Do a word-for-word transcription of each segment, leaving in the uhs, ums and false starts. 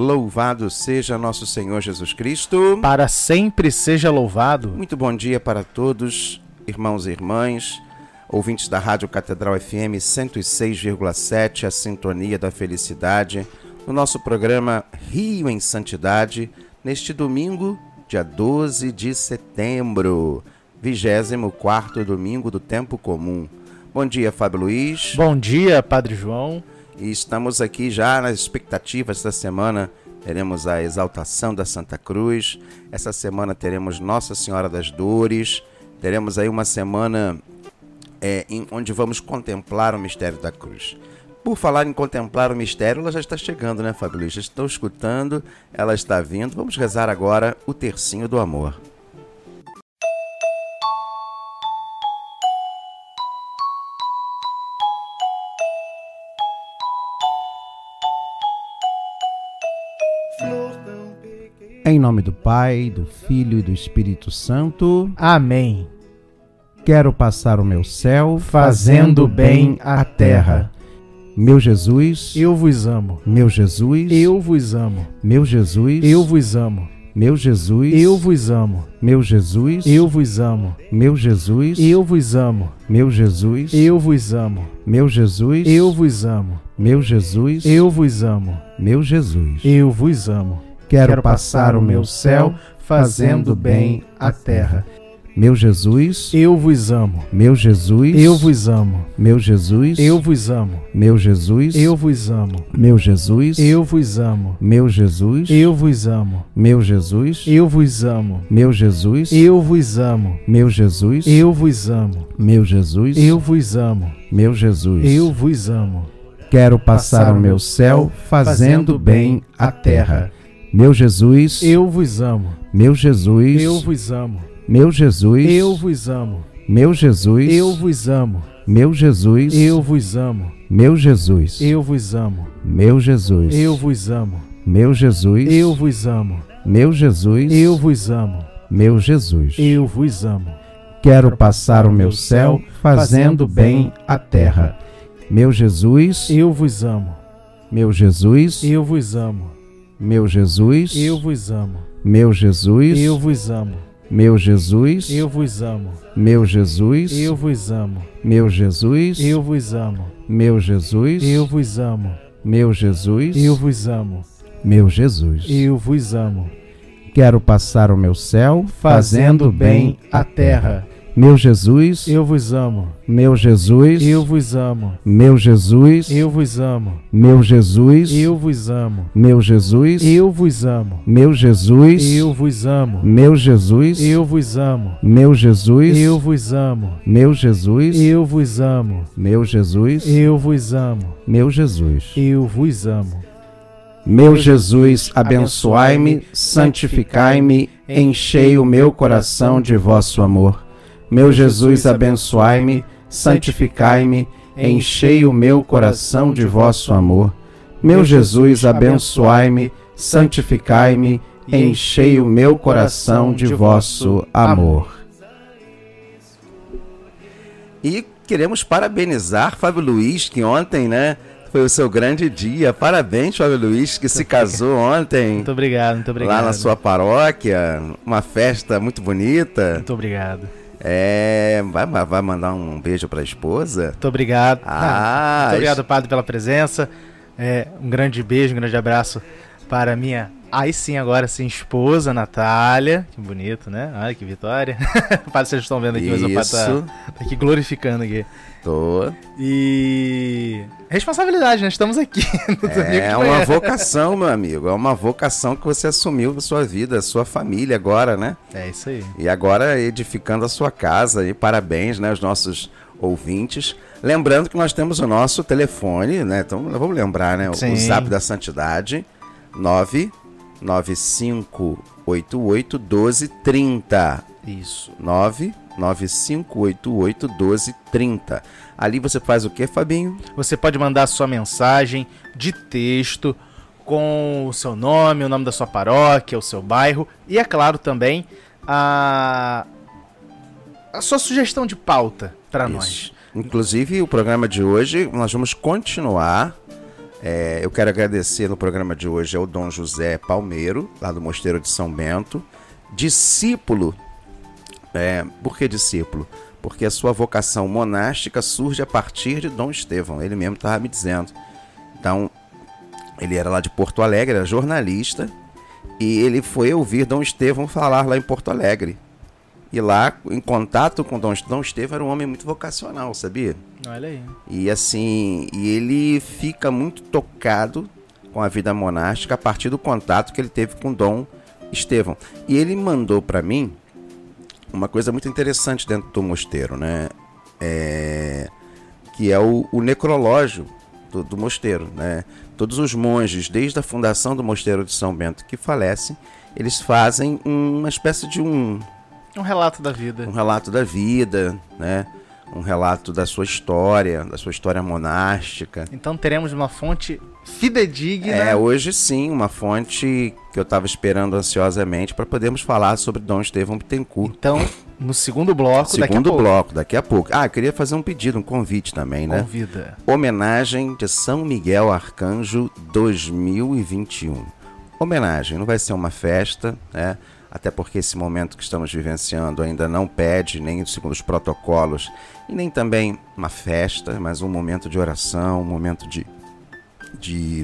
Louvado seja nosso Senhor Jesus Cristo. Para sempre seja louvado. Muito bom dia para todos, irmãos e irmãs, ouvintes da Rádio Catedral F M cento e seis vírgula sete, a sintonia da felicidade, no nosso programa Rio em Santidade, neste domingo, dia doze de setembro, vigésimo quarto domingo do tempo comum. Bom dia, Fábio Luiz. Bom dia, Padre João. E estamos aqui já nas expectativas da semana. Teremos a exaltação da Santa Cruz. Essa semana teremos Nossa Senhora das Dores. Teremos aí uma semana é, em, onde vamos contemplar o mistério da cruz. Por falar em contemplar o mistério, ela já está chegando, né, Fábio Luiz? Já estou escutando, ela está vindo. Vamos rezar agora o tercinho do amor. Em nome do Pai, do Filho e do Espírito Santo. Amém. Quero passar o meu céu fazendo bem à terra. Meu Jesus, eu vos amo. Meu Jesus, eu vos amo. Meu Jesus, eu vos amo. Meu Jesus, eu vos amo. Meu Jesus, eu vos amo. Meu Jesus, eu vos amo. Meu Jesus, eu vos amo. Meu Jesus, eu vos amo. Meu Jesus, eu vos amo. Meu Jesus, eu vos amo. Quero, Quero passar o meu céu fazendo bem à terra. Meu Jesus, eu vos amo. Meu Jesus, eu vos amo. Meu Jesus, eu vos amo. Meu Jesus, eu vos amo. Meu Jesus, eu vos amo. Meu Jesus, eu vos amo. Meu Jesus, eu vos amo. Meu Jesus, eu vos amo. Meu Jesus, eu vos amo. Meu Jesus, eu vos amo. Meu Jesus, eu vos amo. Quero passar o meu céu fazendo bem à terra. Meu Jesus, eu vos amo. Meu Jesus, eu vos amo. Meu Jesus, eu vos amo. Meu Jesus, eu vos amo. Meu Jesus, eu vos amo. Meu Jesus, eu vos amo. Meu Jesus, eu vos amo. Meu Jesus, eu vos amo. Meu Jesus, eu vos amo. Meu Jesus, eu vos amo. Quero passar o meu céu fazendo bem à terra. Meu Jesus, eu vos amo. Meu Jesus, eu vos amo. Meu Jesus, eu vos amo. Meu Jesus, eu vos amo. Meu Jesus, eu vos amo. Meu Jesus, eu vos amo. Meu Jesus, eu vos amo. Meu Jesus, eu vos amo. Meu Jesus, eu vos amo. Meu Jesus, eu vos amo. Quero passar o meu céu fazendo bem à terra. Meu Jesus, eu vos amo. Meu Jesus, eu vos amo. Meu Jesus, eu vos amo. Meu Jesus, eu vos amo. Meu Jesus, eu vos amo. Meu Jesus, eu vos amo. Meu Jesus, eu vos amo. Meu Jesus, eu vos amo. Meu Jesus, eu vos amo. Meu Jesus, eu vos amo. Meu Jesus, eu vos amo. Meu Jesus, abençoai-me, santificai-me, enchei o meu coração de vosso amor. Meu Jesus, abençoai-me, santificai-me, enchei o meu coração de vosso amor. Meu Jesus, abençoai-me, santificai-me, enchei o meu coração de vosso amor. E queremos parabenizar Fábio Luiz, que ontem, né, foi o seu grande dia. Parabéns, Fábio Luiz, que se casou ontem. Muito obrigado, muito obrigado. Lá na sua paróquia, uma festa muito bonita. Muito obrigado. É, vai, vai mandar um beijo para a esposa? Muito obrigado. Ah, muito obrigado, Padre, pela presença. É, um grande beijo, um grande abraço para minha, aí sim, agora sim, esposa, Natália. Que bonito, né? Ai, que vitória. Padre, vocês estão vendo aqui, Isso. Mas o Padre tá, tá aqui glorificando aqui. Tô. E responsabilidade, né? Estamos aqui. É uma vocação, meu amigo. É uma vocação que você assumiu na sua vida, a sua família agora, né? É isso aí. E agora edificando a sua casa. E parabéns, né, aos nossos ouvintes. Lembrando que nós temos o nosso telefone, né? Então vamos lembrar, né? Sim. O Zap da Santidade, nove nove cinco oito oito um dois três zero. Isso. nove nove cinco oito oito um dois três zero. Ali você faz o que, Fabinho? Você pode mandar sua mensagem de texto com o seu nome, o nome da sua paróquia, o seu bairro e, é claro, também a, a sua sugestão de pauta para nós. Inclusive, o programa de hoje nós vamos continuar É, eu quero agradecer no programa de hoje ao Dom José Palmeiro, lá do Mosteiro de São Bento, discípulo. É, por que discípulo? Porque a sua vocação monástica surge a partir de Dom Estevão, ele mesmo estava me dizendo. Então, ele era lá de Porto Alegre, era jornalista, e ele foi ouvir Dom Estevão falar lá em Porto Alegre. E lá, em contato com Dom, Dom Estevão, era um homem muito vocacional, sabia? Olha aí. E assim, e ele fica muito tocado com a vida monástica a partir do contato que ele teve com Dom Estevão. E ele mandou para mim uma coisa muito interessante dentro do mosteiro, né? É, que é o, o necrológio do, do mosteiro, né? Todos os monges, desde a fundação do Mosteiro de São Bento, que falecem, eles fazem uma espécie de um... Um relato da vida. Um relato da vida, né? Um relato da sua história, da sua história monástica. Então teremos uma fonte fidedigna. É, hoje sim, uma fonte que eu estava esperando ansiosamente para podermos falar sobre Dom Estevão Bittencourt. Então, no segundo bloco, segundo daqui a pouco. bloco, daqui a pouco. Ah, eu queria fazer um pedido, um convite também, né? Convida. Homenagem de São Miguel Arcanjo dois mil e vinte e um. Homenagem, não vai ser uma festa, né? Até porque esse momento que estamos vivenciando ainda não pede, nem segundo os protocolos, e nem também uma festa, mas um momento de oração, um momento de, de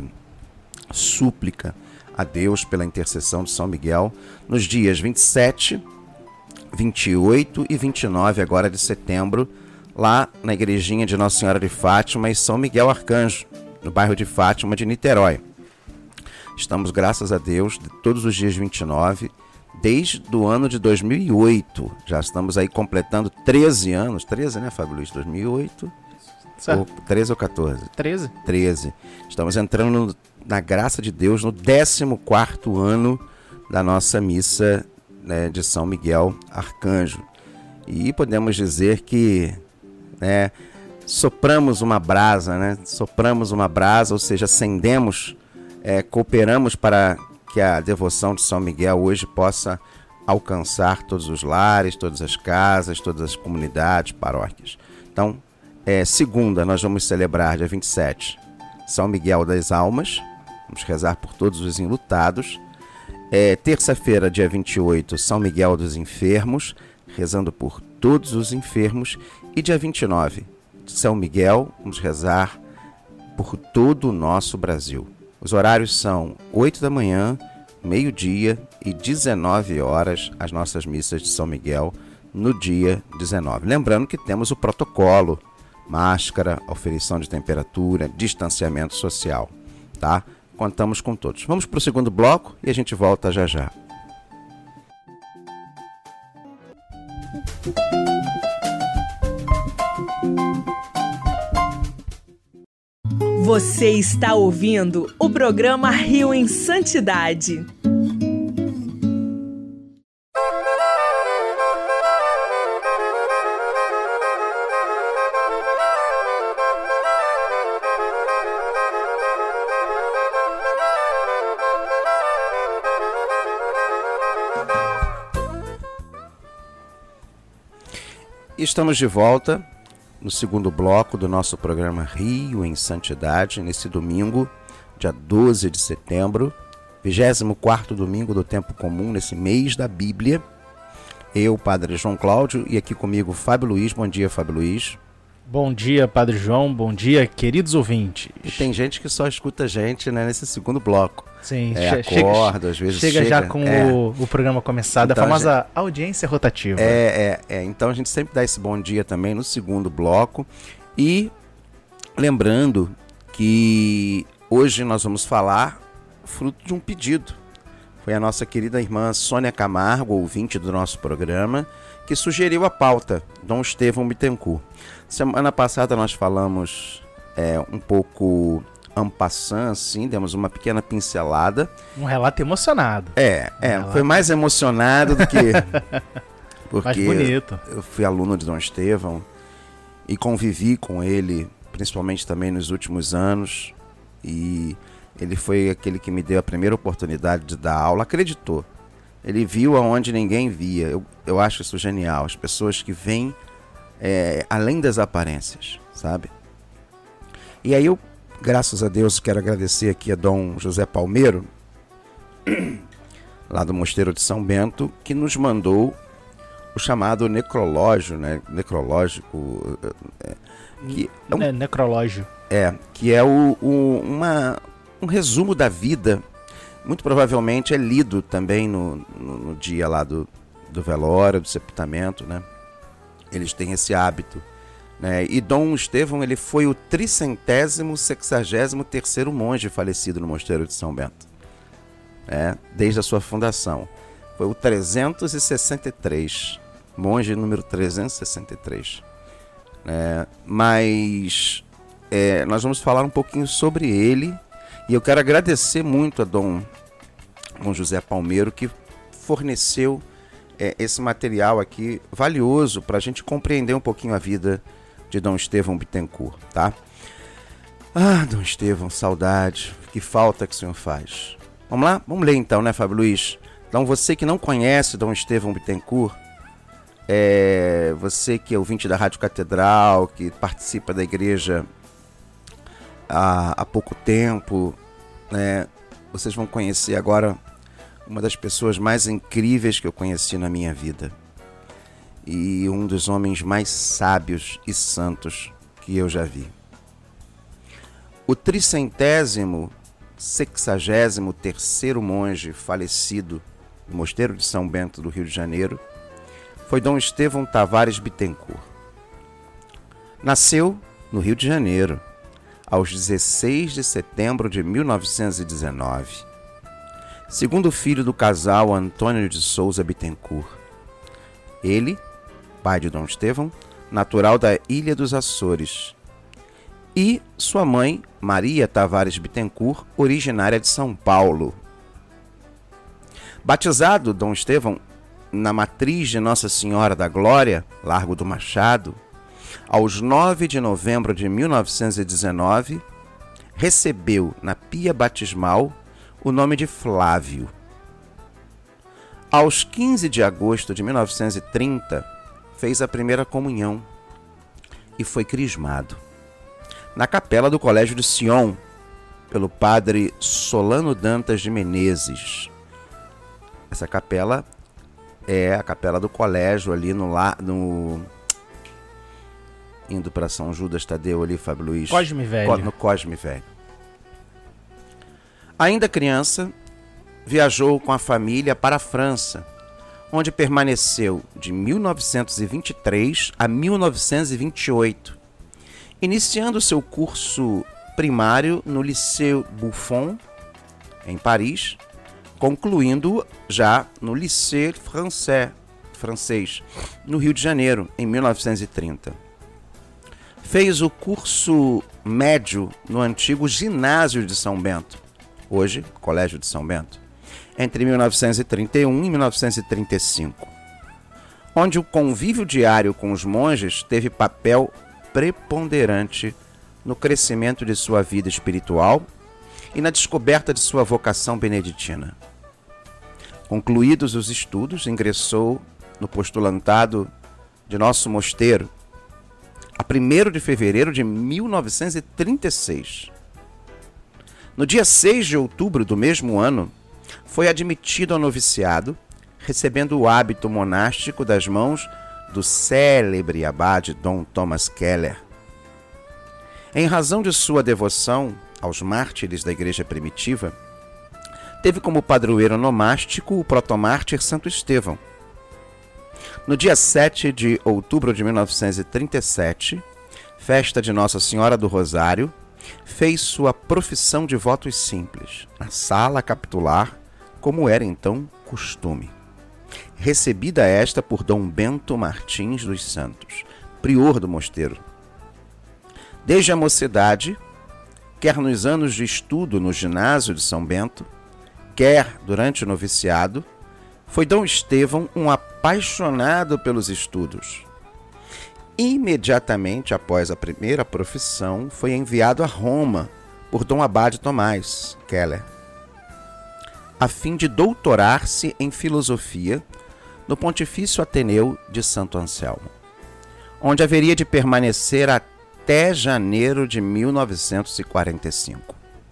súplica a Deus pela intercessão de São Miguel, nos dias vinte e sete, vinte e oito e vinte e nove agora de setembro, lá na igrejinha de Nossa Senhora de Fátima e São Miguel Arcanjo, no bairro de Fátima de Niterói. Estamos, graças a Deus, todos os dias vinte e nove, desde o ano de dois mil e oito. Já estamos aí completando treze anos. treze, né, Fábio Luiz? dois mil e oito? Ou treze ou quatorze? treze. treze. Estamos entrando na graça de Deus no décimo quarto ano da nossa missa, né, de São Miguel Arcanjo. E podemos dizer que, né, sopramos uma brasa, né? Sopramos uma brasa, ou seja, acendemos, é, cooperamos para que a devoção de São Miguel hoje possa alcançar todos os lares, todas as casas, todas as comunidades, paróquias. Então, é, segunda, nós vamos celebrar, dia vinte e sete, São Miguel das Almas. Vamos rezar por todos os enlutados. É, terça-feira, dia vinte e oito, São Miguel dos Enfermos, rezando por todos os enfermos. E dia vinte e nove, São Miguel, vamos rezar por todo o nosso Brasil. Os horários são oito da manhã, meio-dia e dezenove horas, as nossas missas de São Miguel, no dia dezenove. Lembrando que temos o protocolo, máscara, aferição de temperatura, distanciamento social, tá? Contamos com todos. Vamos para o segundo bloco e a gente volta já já. Você está ouvindo o programa Rio em Santidade. Estamos de volta no segundo bloco do nosso programa Rio em Santidade, nesse domingo, dia doze de setembro, vigésimo quarto domingo do tempo comum, nesse mês da Bíblia. Eu, Padre João Cláudio, e aqui comigo Fábio Luiz. Bom dia, Fábio Luiz. Bom dia, Padre João. Bom dia, queridos ouvintes. E tem gente que só escuta a gente, né, nesse segundo bloco. Sim, é, che acorda, chega, às vezes chega, chega já com é. o, o programa começado, então, a famosa gente, audiência rotativa. É, é, é, então a gente sempre dá esse bom dia também no segundo bloco. E lembrando que hoje nós vamos falar fruto de um pedido. Foi a nossa querida irmã Sônia Camargo, ouvinte do nosso programa, que sugeriu a pauta, Dom Estevão Bittencourt. Semana passada nós falamos é, um pouco en passant, assim, demos uma pequena pincelada. Um relato emocionado. É, é, um relato... foi mais emocionado do que... Porque mais bonito. Eu fui aluno de Dom Estevão e convivi com ele, principalmente também nos últimos anos, e ele foi aquele que me deu a primeira oportunidade de dar aula, acreditou. Ele viu aonde ninguém via. Eu, eu acho isso genial, as pessoas que veem é, além das aparências, sabe? E aí eu Graças a Deus, quero agradecer aqui a Dom José Palmeiro, lá do Mosteiro de São Bento, que nos mandou o chamado necrológio, né? Necrológico, é, que é, um, é necrológio. É, que é o, o, uma, um resumo da vida. Muito provavelmente é lido também no, no, no dia lá do, do velório, do sepultamento, né? Eles têm esse hábito, né? E Dom Estevão, ele foi o tricentésimo sexagésimo terceiro monge falecido no Mosteiro de São Bento, né? Desde a sua fundação. Foi o trezentos e sessenta e três, monge número trezentos e sessenta e três. É, mas é, nós vamos falar um pouquinho sobre ele, e eu quero agradecer muito a Dom, Dom José Palmeiro, que forneceu é, esse material aqui valioso para a gente compreender um pouquinho a vida de Dom Estevão Bittencourt, tá? Ah, Dom Estevão, saudade, que falta que o senhor faz. Vamos lá? Vamos ler então, né, Fábio Luiz? Então, você que não conhece Dom Estevão Bittencourt, é, você que é ouvinte da Rádio Catedral, que participa da igreja há, há pouco tempo, né, vocês vão conhecer agora uma das pessoas mais incríveis que eu conheci na minha vida. E um dos homens mais sábios e santos que eu já vi. O tricentésimo sexagésimo terceiro monge falecido no Mosteiro de São Bento do Rio de Janeiro foi Dom Estevão Tavares Bittencourt. Nasceu no Rio de Janeiro aos dezesseis de setembro de mil novecentos e dezenove. Segundo filho do casal Antônio de Souza Bittencourt. Ele, pai de Dom Estevão, natural da Ilha dos Açores, e sua mãe, Maria Tavares Bittencourt, originária de São Paulo. Batizado Dom Estevão na matriz de Nossa Senhora da Glória, Largo do Machado, aos nove de novembro de mil novecentos e dezenove, recebeu na pia batismal o nome de Flávio. Aos quinze de agosto de mil novecentos e trinta, fez a primeira comunhão e foi crismado na capela do Colégio de Sion, pelo padre Solano Dantas de Menezes. Essa capela é a capela do colégio ali no... La, no indo para São Judas Tadeu ali, Fábio Luiz. Cosme Velho. No Cosme Velho. Ainda criança, viajou com a família para a França, onde permaneceu de mil novecentos e vinte e três a mil novecentos e vinte e oito, iniciando seu curso primário no Lycée Buffon, em Paris, concluindo já no Lycée Français, francês, no Rio de Janeiro, em mil novecentos e trinta. Fez o curso médio no antigo Ginásio de São Bento, hoje Colégio de São Bento, entre mil novecentos e trinta e um e mil novecentos e trinta e cinco, onde o convívio diário com os monges teve papel preponderante no crescimento de sua vida espiritual e na descoberta de sua vocação beneditina. Concluídos os estudos, ingressou no postulantado de nosso mosteiro a primeiro de fevereiro de mil novecentos e trinta e seis. No dia seis de outubro do mesmo ano, foi admitido ao noviciado, recebendo o hábito monástico das mãos do célebre abade Dom Thomas Keller. Em razão de sua devoção aos mártires da igreja primitiva, teve como padroeiro nomástico o protomártir Santo Estevão. No dia sete de outubro de mil novecentos e trinta e sete, festa de Nossa Senhora do Rosário, fez sua profissão de votos simples, na sala capitular, como era então costume. Recebida esta por Dom Bento Martins dos Santos, prior do mosteiro. Desde a mocidade, quer nos anos de estudo no ginásio de São Bento, quer durante o noviciado, foi Dom Estevão um apaixonado pelos estudos. Imediatamente após a primeira profissão, foi enviado a Roma por Dom Abade Tomás Keller, a fim de doutorar-se em filosofia no Pontifício Ateneu de Santo Anselmo, onde haveria de permanecer até até janeiro de mil novecentos e quarenta e cinco.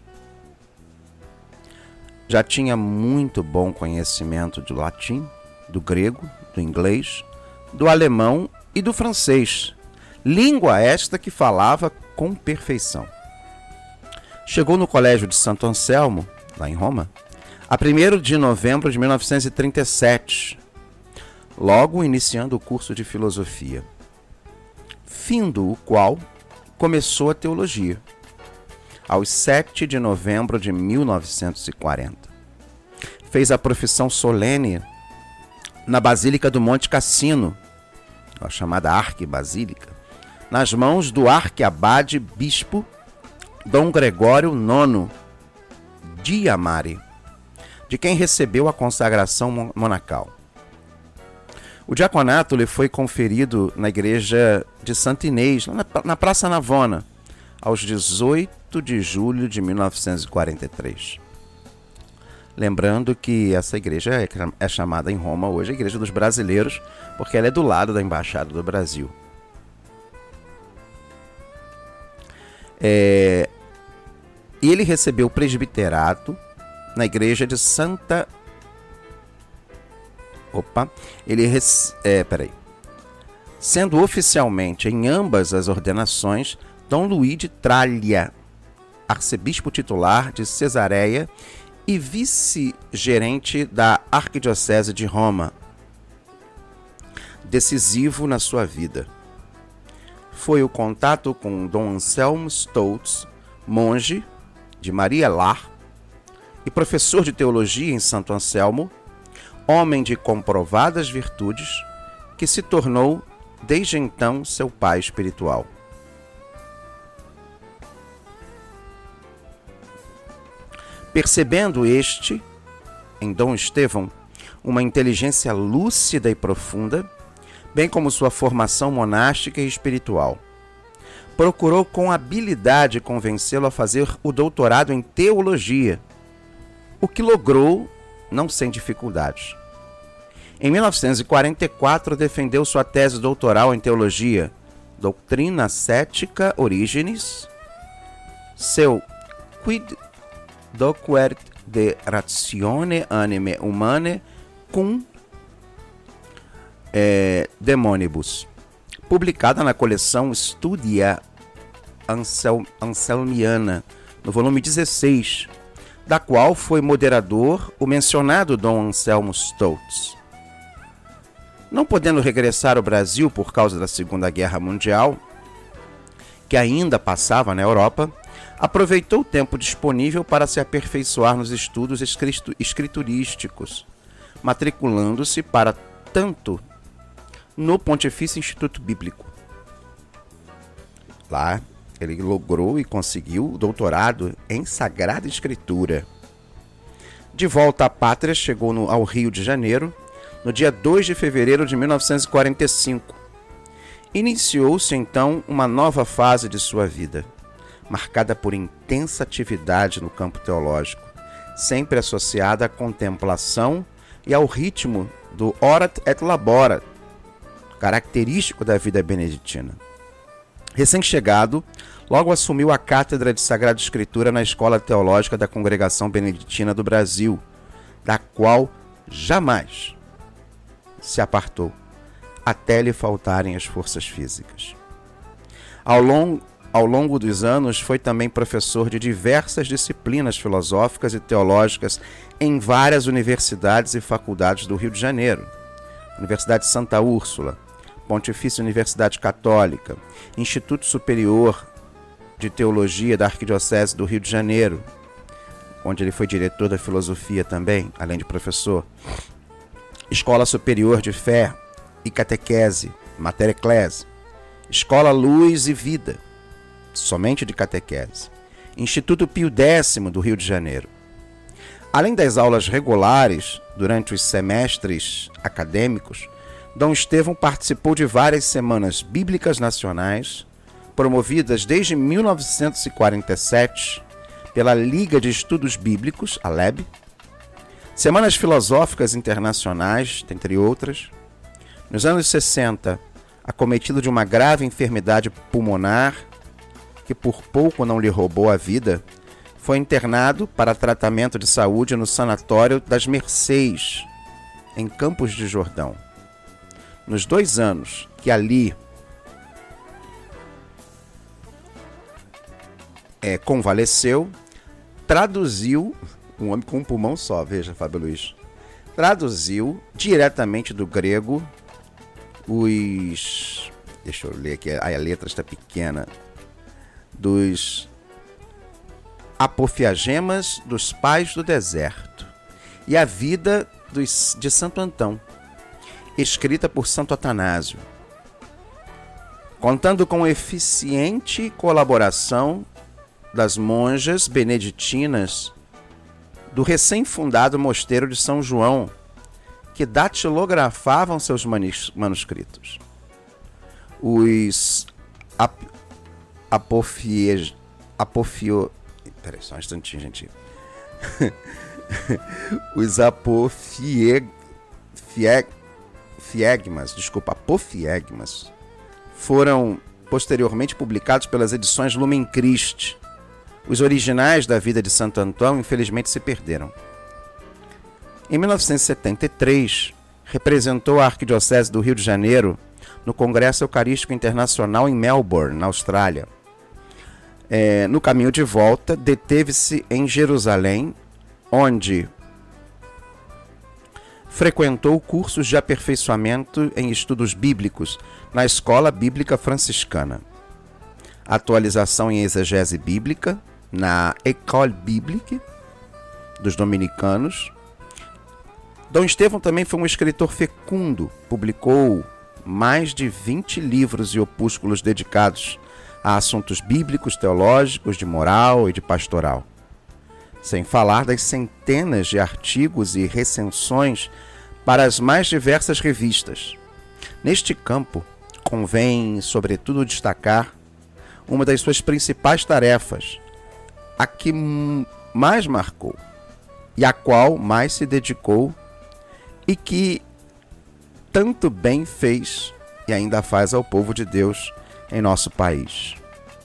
Já tinha muito bom conhecimento do latim, do grego, do inglês, do alemão e do francês, língua esta que falava com perfeição. Chegou no Colégio de Santo Anselmo, lá em Roma, a primeiro de novembro de mil novecentos e trinta e sete, logo iniciando o curso de filosofia, findo o qual começou a teologia, aos sete de novembro de mil novecentos e quarenta. Fez a profissão solene na Basílica do Monte Cassino, a chamada Arquibasílica, nas mãos do arquiabade bispo Dom Gregório nono de Amare, de quem recebeu a consagração monacal. O diaconato lhe foi conferido na igreja de Santa Inês, na Praça Navona, aos dezoito de julho de mil novecentos e quarenta e três. Lembrando que essa igreja é chamada em Roma hoje a Igreja dos Brasileiros, porque ela é do lado da Embaixada do Brasil. É... E ele recebeu o presbiterato na igreja de Santa... Opa! Ele... Rece... É, peraí. Sendo oficialmente em ambas as ordenações Dom Luís de Tralha, arcebispo titular de Cesareia e vice-gerente da Arquidiocese de Roma, decisivo na sua vida. Foi o contato com Dom Anselmo Stoltz, monge de Maria Lar e professor de teologia em Santo Anselmo, homem de comprovadas virtudes, que se tornou, desde então, seu pai espiritual. Percebendo este, em Dom Estevão, uma inteligência lúcida e profunda, bem como sua formação monástica e espiritual, procurou com habilidade convencê-lo a fazer o doutorado em teologia, o que logrou, não sem dificuldades. Em mil novecentos e quarenta e quatro, defendeu sua tese doutoral em teologia, Doctrina Ascetica Origenis, seu Quid Doquert de Ratione Anime Humane cum é, Demonibus, publicada na coleção Studia Ansel, Anselmiana, no volume dezesseis, da qual foi moderador o mencionado Dom Anselmo Stoltz. Não podendo regressar ao Brasil por causa da Segunda Guerra Mundial, que ainda passava na Europa, aproveitou o tempo disponível para se aperfeiçoar nos estudos escriturísticos, matriculando-se para tanto no Pontifício Instituto Bíblico. Lá, ele logrou e conseguiu o doutorado em Sagrada Escritura. De volta à pátria, chegou no, ao Rio de Janeiro, no dia dois de fevereiro de mil novecentos e quarenta e cinco. Iniciou-se, então, uma nova fase de sua vida, marcada por intensa atividade no campo teológico, sempre associada à contemplação e ao ritmo do orat et labora, característico da vida beneditina. Recém-chegado, logo assumiu a cátedra de Sagrada Escritura na Escola Teológica da Congregação Beneditina do Brasil, da qual jamais se apartou, até lhe faltarem as forças físicas. Ao longo Ao longo dos anos, foi também professor de diversas disciplinas filosóficas e teológicas em várias universidades e faculdades do Rio de Janeiro. Universidade Santa Úrsula, Pontifícia Universidade Católica, Instituto Superior de Teologia da Arquidiocese do Rio de Janeiro, onde ele foi diretor da filosofia também, além de professor. Escola Superior de Fé e Catequese, Mater Ecclesiae, Escola Luz e Vida, somente de catequese, Instituto Pio Décimo do Rio de Janeiro. Além das aulas regulares, durante os semestres acadêmicos, Dom Estevão participou de várias semanas bíblicas nacionais, promovidas desde mil novecentos e quarenta e sete pela Liga de Estudos Bíblicos, a L E B, semanas filosóficas internacionais, entre outras. Nos anos sessenta, acometido de uma grave enfermidade pulmonar, que por pouco não lhe roubou a vida, foi internado para tratamento de saúde no Sanatório das Mercês, em Campos de Jordão. Nos dois anos que ali é, convalesceu, traduziu, um homem com um pulmão só, veja, Fábio Luiz, traduziu diretamente do grego os... Deixa eu ler aqui, a letra está pequena. Dos apofiagemas dos pais do deserto e a vida dos, de Santo Antão, escrita por Santo Atanásio, contando com eficiente colaboração das monjas beneditinas do recém-fundado mosteiro de São João, que datilografavam seus manuscritos. Os ap apofie... apofio... Peraí, só um instantinho, gente. Os apofieg... Fieg... Fiegmas, desculpa, apofiegmas, foram posteriormente publicados pelas edições Lumen Christi. Os originais da vida de Santo Antão, infelizmente, se perderam. Em mil novecentos e setenta e três, representou a Arquidiocese do Rio de Janeiro no Congresso Eucarístico Internacional em Melbourne, na Austrália. É, no caminho de volta, deteve-se em Jerusalém, onde frequentou cursos de aperfeiçoamento em estudos bíblicos na Escola Bíblica Franciscana, atualização em exegese bíblica na École Biblique dos Dominicanos. Dom Estevão também foi um escritor fecundo, publicou mais de vinte livros e opúsculos dedicados a assuntos bíblicos, teológicos, de moral e de pastoral. Sem falar das centenas de artigos e recensões para as mais diversas revistas. Neste campo, convém, sobretudo, destacar uma das suas principais tarefas, a que mais marcou e a qual mais se dedicou e que tanto bem fez e ainda faz ao povo de Deus em nosso país.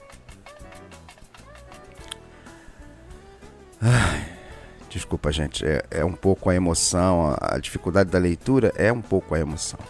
Ai, desculpa, gente, é, é um pouco a emoção, a dificuldade da leitura é um pouco a emoção.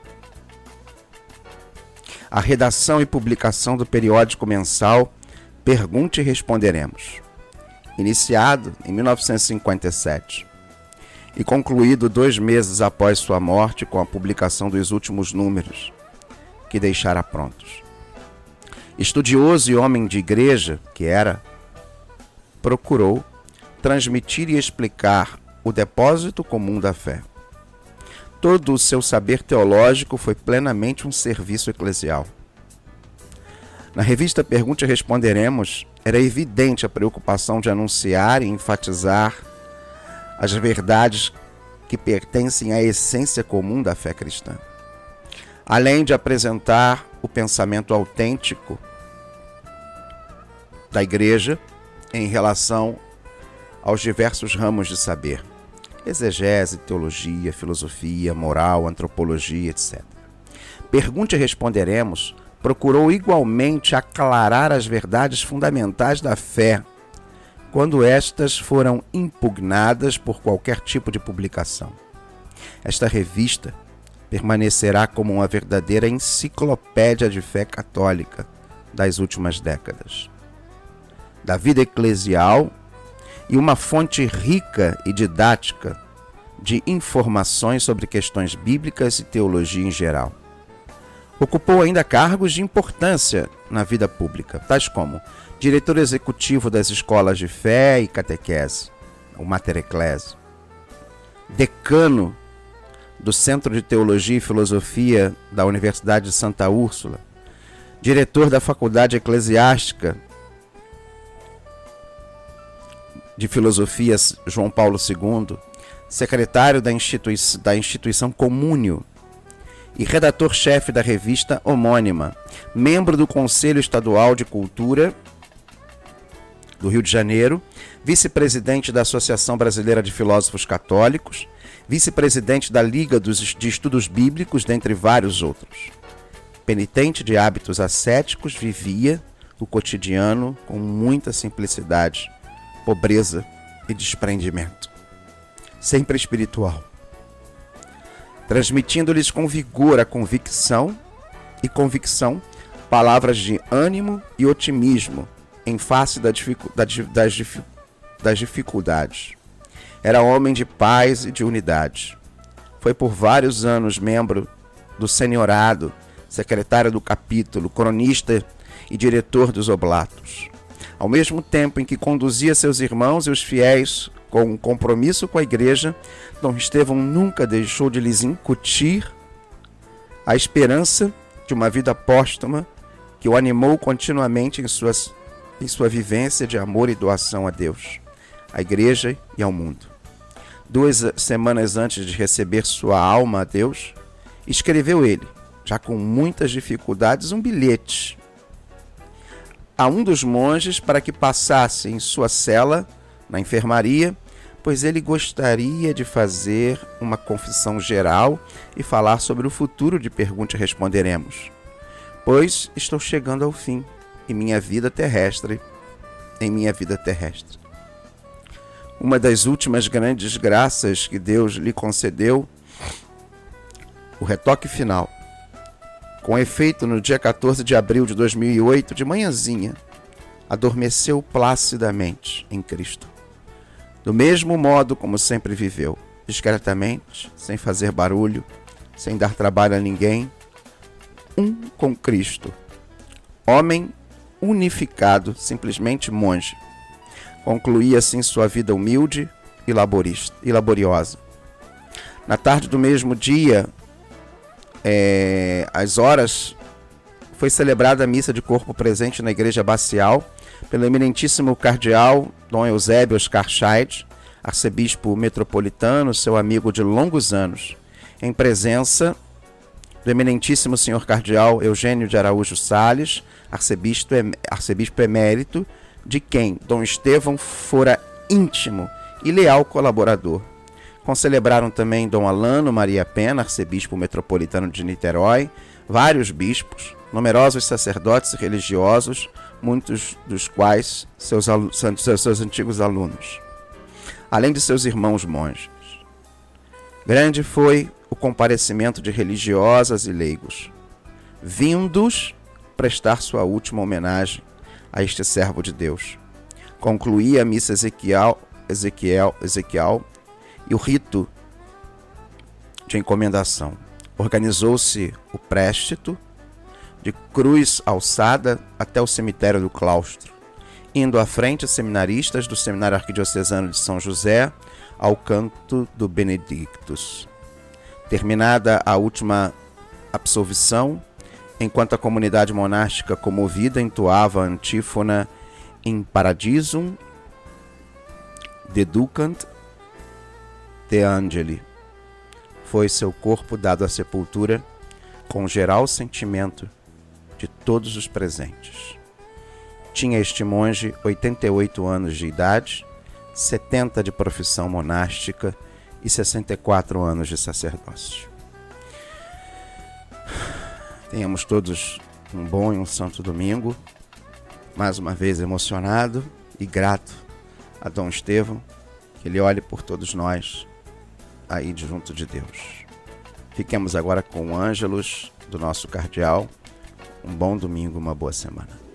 A redação e publicação do periódico mensal Pergunte e Responderemos, iniciado em mil novecentos e cinquenta e sete e concluído dois meses após sua morte com a publicação dos últimos números, que deixara prontos. Estudioso e homem de igreja que era, procurou transmitir e explicar o depósito comum da fé. Todo o seu saber teológico foi plenamente um serviço eclesial. Na revista Pergunte e Responderemos, era evidente a preocupação de anunciar e enfatizar as verdades que pertencem à essência comum da fé cristã, além de apresentar o pensamento autêntico da igreja em relação aos diversos ramos de saber, exegese, teologia, filosofia, moral, antropologia, etcétera. Pergunte e Responderemos procurou igualmente aclarar as verdades fundamentais da fé, quando estas foram impugnadas por qualquer tipo de publicação. Esta revista permanecerá como uma verdadeira enciclopédia de fé católica das últimas décadas, da vida eclesial, e uma fonte rica e didática de informações sobre questões bíblicas e teologia em geral. Ocupou ainda cargos de importância na vida pública, tais como diretor executivo das escolas de fé e catequese, o Mater Ecclesiae, decano do Centro de Teologia e Filosofia da Universidade de Santa Úrsula, diretor da Faculdade Eclesiástica de Filosofia João Paulo segundo, secretário da, institui da instituição Comúnio e redator-chefe da revista homônima, membro do Conselho Estadual de Cultura do Rio de Janeiro, vice-presidente da Associação Brasileira de Filósofos Católicos, vice-presidente da Liga dos, de Estudos Bíblicos, dentre vários outros. Penitente de hábitos ascéticos, vivia o cotidiano com muita simplicidade, pobreza e desprendimento. Sempre espiritual. Transmitindo-lhes com vigor a convicção e convicção, palavras de ânimo e otimismo em face da dificu- da, das, dific- das dificuldades. Era homem de paz e de unidade. Foi por vários anos membro do seniorado, secretário do capítulo, cronista e diretor dos oblatos. Ao mesmo tempo em que conduzia seus irmãos e os fiéis com um compromisso com a igreja, Dom Estevão nunca deixou de lhes incutir a esperança de uma vida póstuma que o animou continuamente em, suas, em sua vivência de amor e doação a Deus, à igreja e ao mundo. Duas semanas antes de receber sua alma a Deus, escreveu ele, já com muitas dificuldades, um bilhete a um dos monges para que passasse em sua cela, na enfermaria, pois ele gostaria de fazer uma confissão geral e falar sobre o futuro de Pergunte e Responderemos. Pois estou chegando ao fim em minha vida terrestre, em minha vida terrestre. Uma das últimas grandes graças que Deus lhe concedeu, o retoque final. Com efeito, no dia quatorze de abril de dois mil e oito, de manhãzinha, adormeceu placidamente em Cristo. Do mesmo modo como sempre viveu, discretamente, sem fazer barulho, sem dar trabalho a ninguém, um com Cristo. Homem unificado, simplesmente monge. Concluía assim sua vida humilde e, laborista, e laboriosa. Na tarde do mesmo dia, é, às horas, foi celebrada a missa de corpo presente na igreja abacial pelo eminentíssimo cardeal Dom Eusébio Oscar Scheid, arcebispo metropolitano, seu amigo de longos anos, em presença do eminentíssimo senhor cardeal Eugênio de Araújo Salles, arcebispo, arcebispo emérito, de quem Dom Estevão fora íntimo e leal colaborador. Concelebraram também Dom Alano Maria Pena, arcebispo metropolitano de Niterói, vários bispos, numerosos sacerdotes e religiosos, muitos dos quais seus, seus, seus antigos alunos, além de seus irmãos monges. Grande foi o comparecimento de religiosas e leigos, vindos prestar sua última homenagem a este servo de Deus. Concluía a missa Ezequiel, Ezequiel, Ezequiel e o rito de encomendação. Organizou-se o préstito de cruz alçada até o cemitério do claustro, indo à frente seminaristas do Seminário Arquidiocesano de São José ao canto do Benedictus. Terminada a última absolvição, enquanto a comunidade monástica comovida entoava a antífona In Paradisum Deducant De Angeli, foi seu corpo dado à sepultura com geral sentimento de todos os presentes. Tinha este monge oitenta e oito anos de idade, setenta de profissão monástica e sessenta e quatro anos de sacerdócio. Tenhamos todos um bom e um santo domingo, mais uma vez emocionado e grato a Dom Estevão, que ele olhe por todos nós aí junto de Deus. Fiquemos agora com o Ângelus do nosso cardeal. Um bom domingo, uma boa semana.